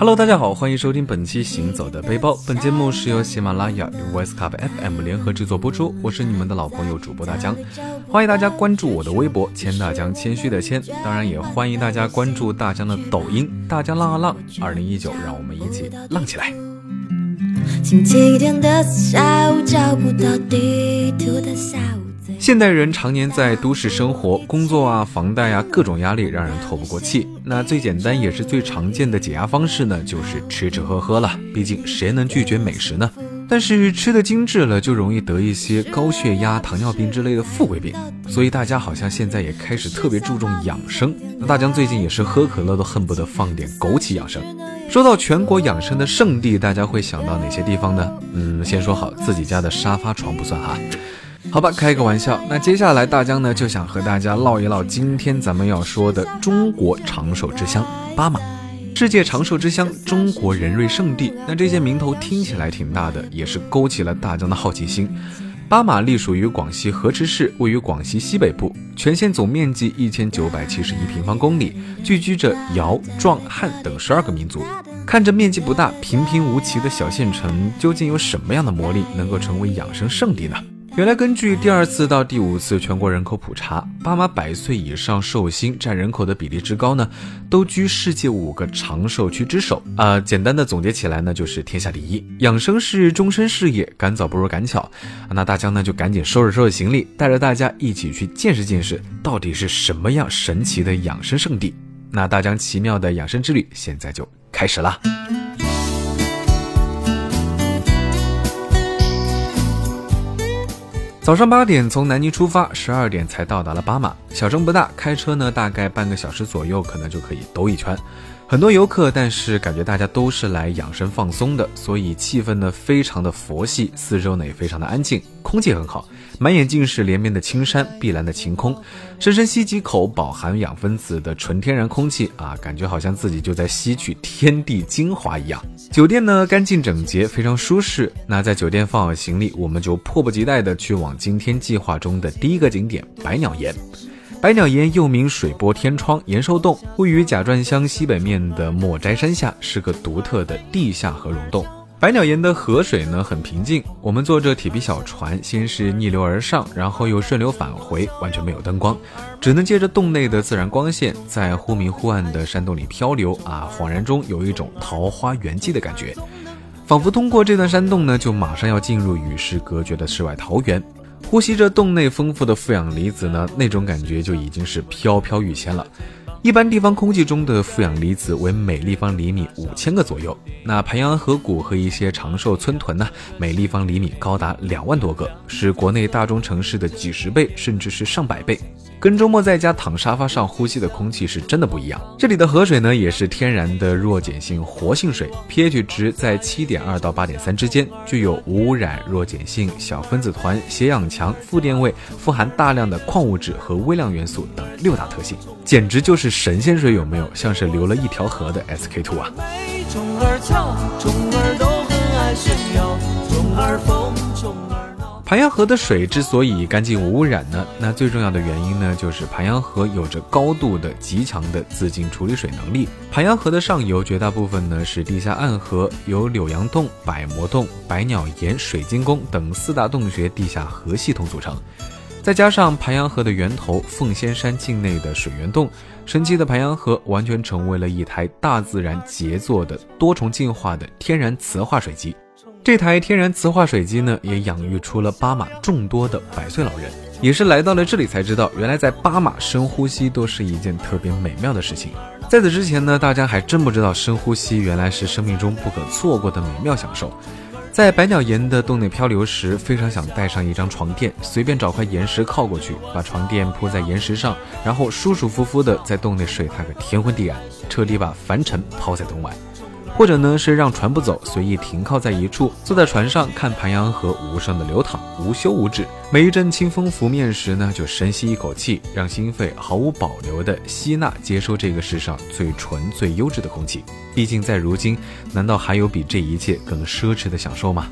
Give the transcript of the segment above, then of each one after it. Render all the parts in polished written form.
Hello， 大家好，欢迎收听本期行走的背包。本节目是由喜马拉雅与 Voice Club FM 联合制作播出，我是你们的老朋友主播大江，欢迎大家关注我的微博谦大江，谦虚的谦，当然也欢迎大家关注大江的抖音大江浪啊浪2019，让我们一起浪起来。 星期天的下午，找不到地图的下午。 现代人常年在都市生活，工作啊、房贷啊，各种压力让人透不过气。那最简单也是最常见的解压方式呢，就是吃吃喝喝了。毕竟谁能拒绝美食呢？但是吃的精致了，就容易得一些高血压、糖尿病之类的富贵病。所以大家好像现在也开始特别注重养生。那大江最近也是喝可乐都恨不得放点枸杞养生。说到全国养生的圣地，大家会想到哪些地方呢？先说好自己家的沙发床不算哈。好吧，开个玩笑。那接下来大江呢就想和大家唠一唠今天咱们要说的中国长寿之乡巴马。世界长寿之乡，中国人瑞圣地，那这些名头听起来挺大的，也是勾起了大江的好奇心。巴马隶属于广西河池市，位于广西西北部，全县总面积1971平方公里，聚居着瑶、壮、汉等12个民族。看着面积不大、平平无奇的小县城，究竟有什么样的魔力能够成为养生圣地呢？原来根据第2次到第5次全国人口普查，巴马100岁以上寿星占人口的比例之高呢，都居世界5个长寿区之首。简单的总结起来呢，就是天下第一。养生是终身事业，赶早不如赶巧。那大江呢就赶紧收拾行李，带着大家一起去见识见识，到底是什么样神奇的养生圣地。那大江奇妙的养生之旅现在就开始啦。早上8点从南宁出发，12点才到达了巴马。小城不大，开车呢大概半个小时左右，可能就可以兜一圈。很多游客，但是感觉大家都是来养生放松的，所以气氛呢非常的佛系，四周呢也非常的安静，空气很好，满眼尽是连绵的青山、碧蓝的晴空，深深吸几口饱含氧分子的纯天然空气感觉好像自己就在吸取天地精华一样。酒店呢干净整洁，非常舒适。那在酒店放好行李，我们就迫不及待地去往今天计划中的第一个景点百鸟岩。百鸟岩又名水波天窗、延寿洞，位于甲转乡西北面的莫斋山下，是个独特的地下河溶洞。百鸟岩的河水呢很平静，我们坐着铁皮小船，先是逆流而上，然后又顺流返回，完全没有灯光，只能借着洞内的自然光线，在忽明忽暗的山洞里漂流恍然中有一种桃花源记的感觉，仿佛通过这段山洞呢，就马上要进入与世隔绝的世外桃源。呼吸着洞内丰富的负氧离子呢，那种感觉就已经是飘飘欲仙了。一般地方空气中的负氧离子为每立方厘米5000个左右，那盘阳河谷和一些长寿村屯呢，每立方厘米高达2万多个，是国内大中城市的几十倍，甚至是上百倍。跟周末在家躺沙发上呼吸的空气是真的不一样。这里的河水呢，也是天然的弱碱性活性水， pH 值在 7.2 到 8.3 之间，具有无污染、弱碱性、小分子团、携氧强、富电位、富含大量的矿物质和微量元素等6大特性，简直就是神仙水，有没有？像是流了一条河的 SK2 啊！ 虫儿俏，虫儿都很爱炫耀，虫儿疯，虫儿闹。 盘阳河的水之所以干净无污染呢，那最重要的原因呢，就是盘阳河有着高度的极强的自净处理水能力。盘阳河的上游绝大部分呢是地下暗河，由柳阳洞、百魔洞、百鸟岩、水晶宫等4大洞穴地下河系统组成。再加上盘阳河的源头凤仙山境内的水源洞，神奇的盘阳河完全成为了一台大自然杰作的多重进化的天然磁化水机。这台天然磁化水机呢，也养育出了巴马众多的100岁老人。也是来到了这里才知道，原来在巴马深呼吸都是一件特别美妙的事情。在此之前呢，大家还真不知道深呼吸原来是生命中不可错过的美妙享受。在百鸟岩的洞内漂流时，非常想带上一张床垫，随便找块岩石靠过去，把床垫铺在岩石上，然后舒舒服服的在洞内睡他个天昏地暗，彻底把凡尘抛在洞外。或者呢是让船不走，随意停靠在一处，坐在船上看盘阳河无声的流淌，无休无止。每一阵清风拂面时呢，就深吸一口气，让心肺毫无保留地吸纳接收这个世上最纯最优质的空气。毕竟在如今，难道还有比这一切更奢侈的享受吗？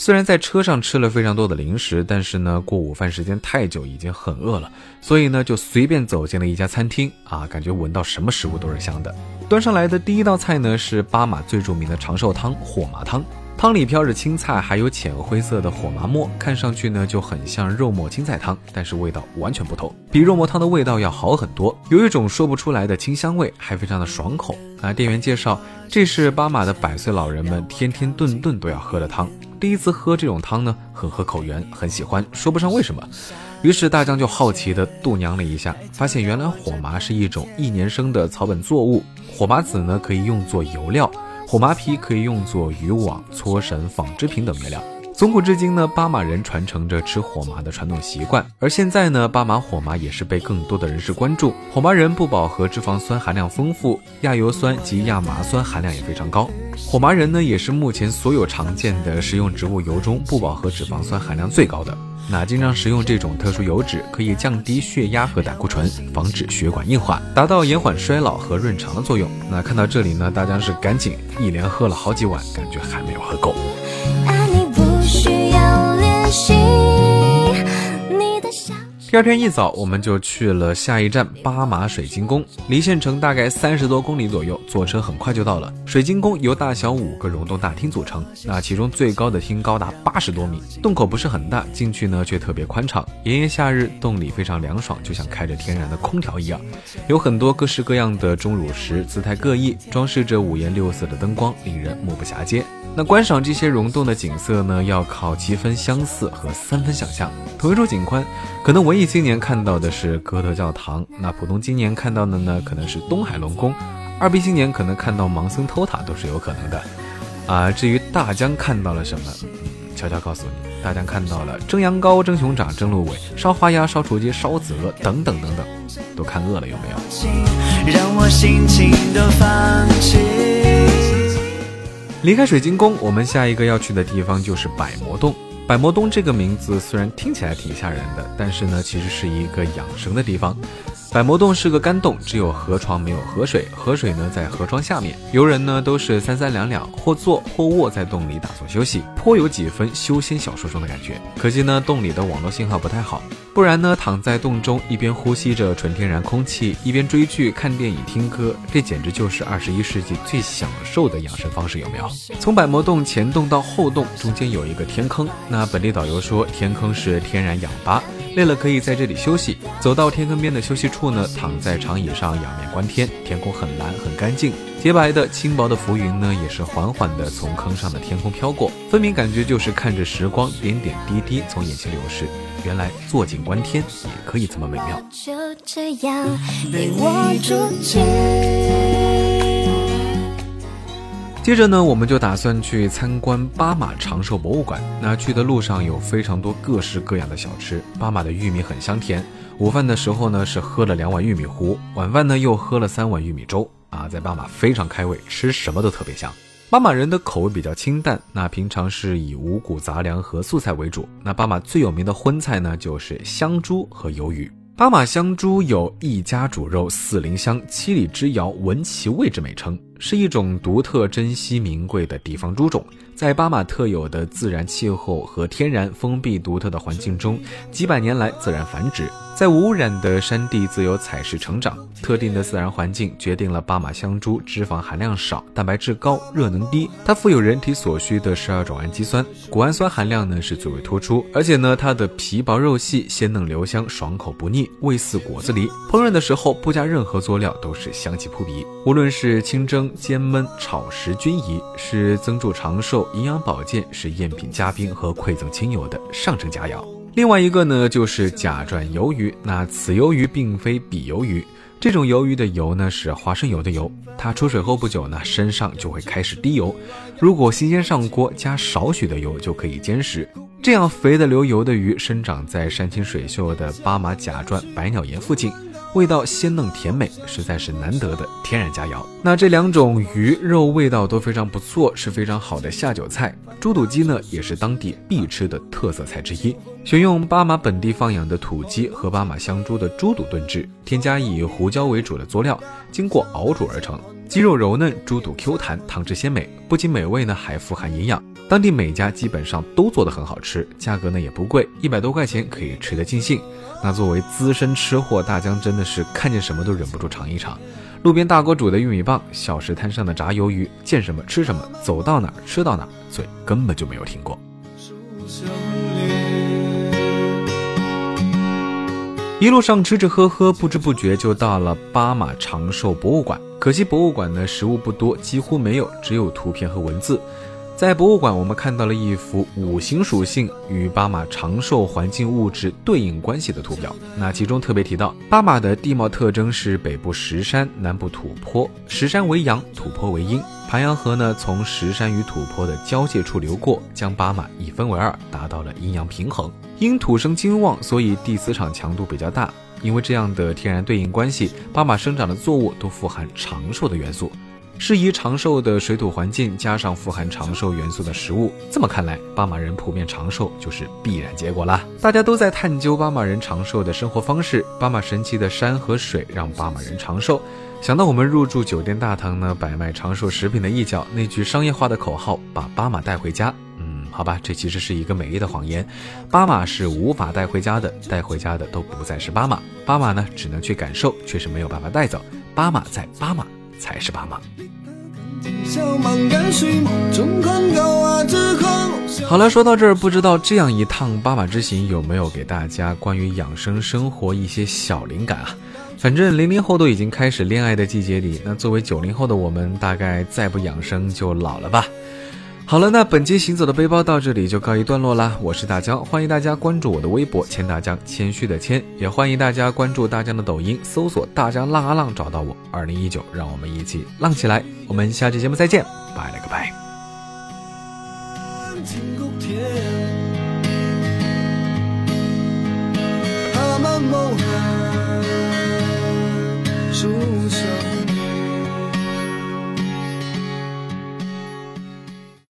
虽然在车上吃了非常多的零食，但是呢，过午饭时间太久，已经很饿了，所以呢，就随便走进了一家餐厅啊，感觉闻到什么食物都是香的。端上来的第一道菜呢，是巴马最著名的长寿汤火麻汤。汤里飘着青菜，还有浅灰色的火麻末，看上去呢就很像肉末青菜汤，但是味道完全不同，比肉末汤的味道要好很多，有一种说不出来的清香味，还非常的爽口啊。店员介绍，这是巴马的100岁老人们天天顿顿都要喝的汤，第一次喝这种汤呢，很合口缘，很喜欢，说不上为什么。于是大江就好奇地度娘了一下，发现原来火麻是一种1年生的草本作物，火麻籽呢可以用作油料，火麻皮可以用作渔网、搓绳、纺织品等原料。从古至今呢，巴马人传承着吃火麻的传统习惯，而现在呢，巴马火麻也是被更多的人士关注。火麻人不饱和脂肪酸含量丰富，亚油酸及亚麻酸含量也非常高。火麻人呢，也是目前所有常见的食用植物油中不饱和脂肪酸含量最高的。那经常食用这种特殊油脂，可以降低血压和胆固醇，防止血管硬化，达到延缓衰老和润肠的作用。那看到这里呢，大家是赶紧一连喝了好几碗，感觉还没有喝够。 爱你不需要练习。 第二天一早，我们就去了下一站巴马水晶宫，离县城大概30多公里左右，坐车很快就到了。水晶宫由大小5个溶洞大厅组成，那其中最高的厅高达80多米，洞口不是很大，进去呢却特别宽敞。炎炎夏日，洞里非常凉爽，就像开着天然的空调一样。有很多各式各样的钟乳石，姿态各异，装饰着5颜6色的灯光，令人目不暇接。那观赏这些溶洞的景色呢，要靠7分相似和3分想象。同一处景观，可能文艺青年看到的是哥特教堂，那普通青年看到的呢，可能是东海龙宫，2逼青年可能看到盲僧偷塔都是有可能的。至于大江看到了什么，悄悄告诉你，大江看到了蒸羊羔、蒸熊掌、蒸鹿尾、烧花鸭、烧雏鸡、烧子鹅等等等等，都看饿了有没有？ 让我心情的放弃。 离开水晶宫，我们下一个要去的地方就是百魔洞。百魔洞这个名字虽然听起来挺吓人的，但是呢，其实是一个养生的地方。百魔洞是个干洞，只有河床没有河水，河水呢在河床下面，游人呢都是三三两两，或坐或卧在洞里打坐休息，颇有几分修仙小说中的感觉。可惜呢，洞里的网络信号不太好，不然呢，躺在洞中一边呼吸着纯天然空气，一边追剧、看电影、听歌，这简直就是21世纪最享受的养生方式，有没有？从百魔洞前洞到后洞中间有一个天坑，那本地导游说天坑是天然氧吧，累了可以在这里休息。走到天坑边的休息处呢，躺在长椅上仰面观天，天空很蓝很干净，洁白的轻薄的浮云呢，也是缓缓地从坑上的天空飘过，分明感觉就是看着时光点点滴滴从眼前流逝。原来坐井观天也可以这么美妙。 就这样被我住进。 接着呢，我们就打算去参观巴马长寿博物馆。那去的路上有非常多各式各样的小吃，巴马的玉米很香甜。午饭的时候呢，是喝了2碗玉米糊，晚饭呢又喝了3碗玉米粥啊，在巴马非常开胃，吃什么都特别香。巴马人的口味比较清淡，那平常是以五谷杂粮和素菜为主。那巴马最有名的荤菜呢，就是香猪和鱿鱼。巴马香猪有1家煮肉4灵香7里之遥闻其味之美称，是一种独特珍稀名贵的地方猪种，在巴马特有的自然气候和天然封闭独特的环境中，几百年来自然繁殖，在无污染的山地自由采食成长。特定的自然环境决定了巴马香猪脂肪含量少，蛋白质高，热能低，它富有人体所需的12种氨基酸，谷氨酸含量呢是最为突出，而且呢它的皮薄肉细，鲜嫩留香，爽口不腻，味似果子狸。烹饪的时候不加任何佐料都是香气扑鼻，无论是清蒸、煎焖、炒食均宜，是增助长寿、营养保健，是宴品嘉宾和馈赠亲友的上乘佳肴。另外一个呢就是甲转鱿鱼，那此鱿鱼并非比鱿鱼，这种鱿鱼的油呢是花生油的油，它出水后不久呢身上就会开始滴油，如果新鲜上锅加少许的油就可以煎食。这样肥的流油的鱼生长在山清水秀的巴马甲转百鸟岩附近，味道鲜嫩甜美，实在是难得的天然佳肴。那这2种鱼肉味道都非常不错，是非常好的下酒菜。猪肚鸡呢也是当地必吃的特色菜之一，选用巴马本地放养的土鸡和巴马香猪的猪肚炖制，添加以胡椒为主的佐料，经过熬煮而成。鸡肉柔嫩，猪肚 Q 弹，汤汁鲜美，不仅美味呢，还富含营养。 当地每家基本上都做得很好吃，价格呢也不贵，100多块钱可以吃得尽兴。那作为资深吃货，大江真的是看见什么都忍不住尝一尝。路边大锅煮的玉米棒，小食摊上的炸鱿鱼，见什么吃什么，走到哪儿吃到哪儿，嘴根本就没有停过。一路上吃吃喝喝，不知不觉就到了巴马长寿博物馆。可惜博物馆呢食物不多，几乎没有，只有图片和文字。在博物馆我们看到了一幅5行属性与巴马长寿环境物质对应关系的图表。那其中特别提到，巴马的地貌特征是北部石山，南部土坡，石山为阳，土坡为阴。盘阳河呢从石山与土坡的交界处流过，将巴马一分为2，达到了阴阳平衡。因土生金旺，所以地磁场强度比较大。因为这样的天然对应关系，巴马生长的作物都富含长寿的元素。适宜长寿的水土环境加上富含长寿元素的食物，这么看来，巴马人普遍长寿就是必然结果啦。大家都在探究巴马人长寿的生活方式，巴马神奇的山和水让巴马人长寿。想到我们入住酒店大堂呢，摆卖长寿食品的一角，那句商业化的口号把巴马带回家。好吧，这其实是一个美丽的谎言。巴马是无法带回家的，带回家的都不再是巴马。巴马呢，只能去感受，却是没有办法带走。巴马在巴马才是巴马。好了，说到这儿，不知道这样一趟巴马之行有没有给大家关于养生生活一些小灵感啊？反正00后都已经开始恋爱的季节里，那作为90后的我们，大概再不养生就老了吧。好了，那本期行走的背包到这里就告一段落啦。我是大江，欢迎大家关注我的微博谦大江，谦虚的谦，也欢迎大家关注大江的抖音，搜索大江浪啊浪找到我。2019，让我们一起浪起来。我们下期节目再见，拜了个拜。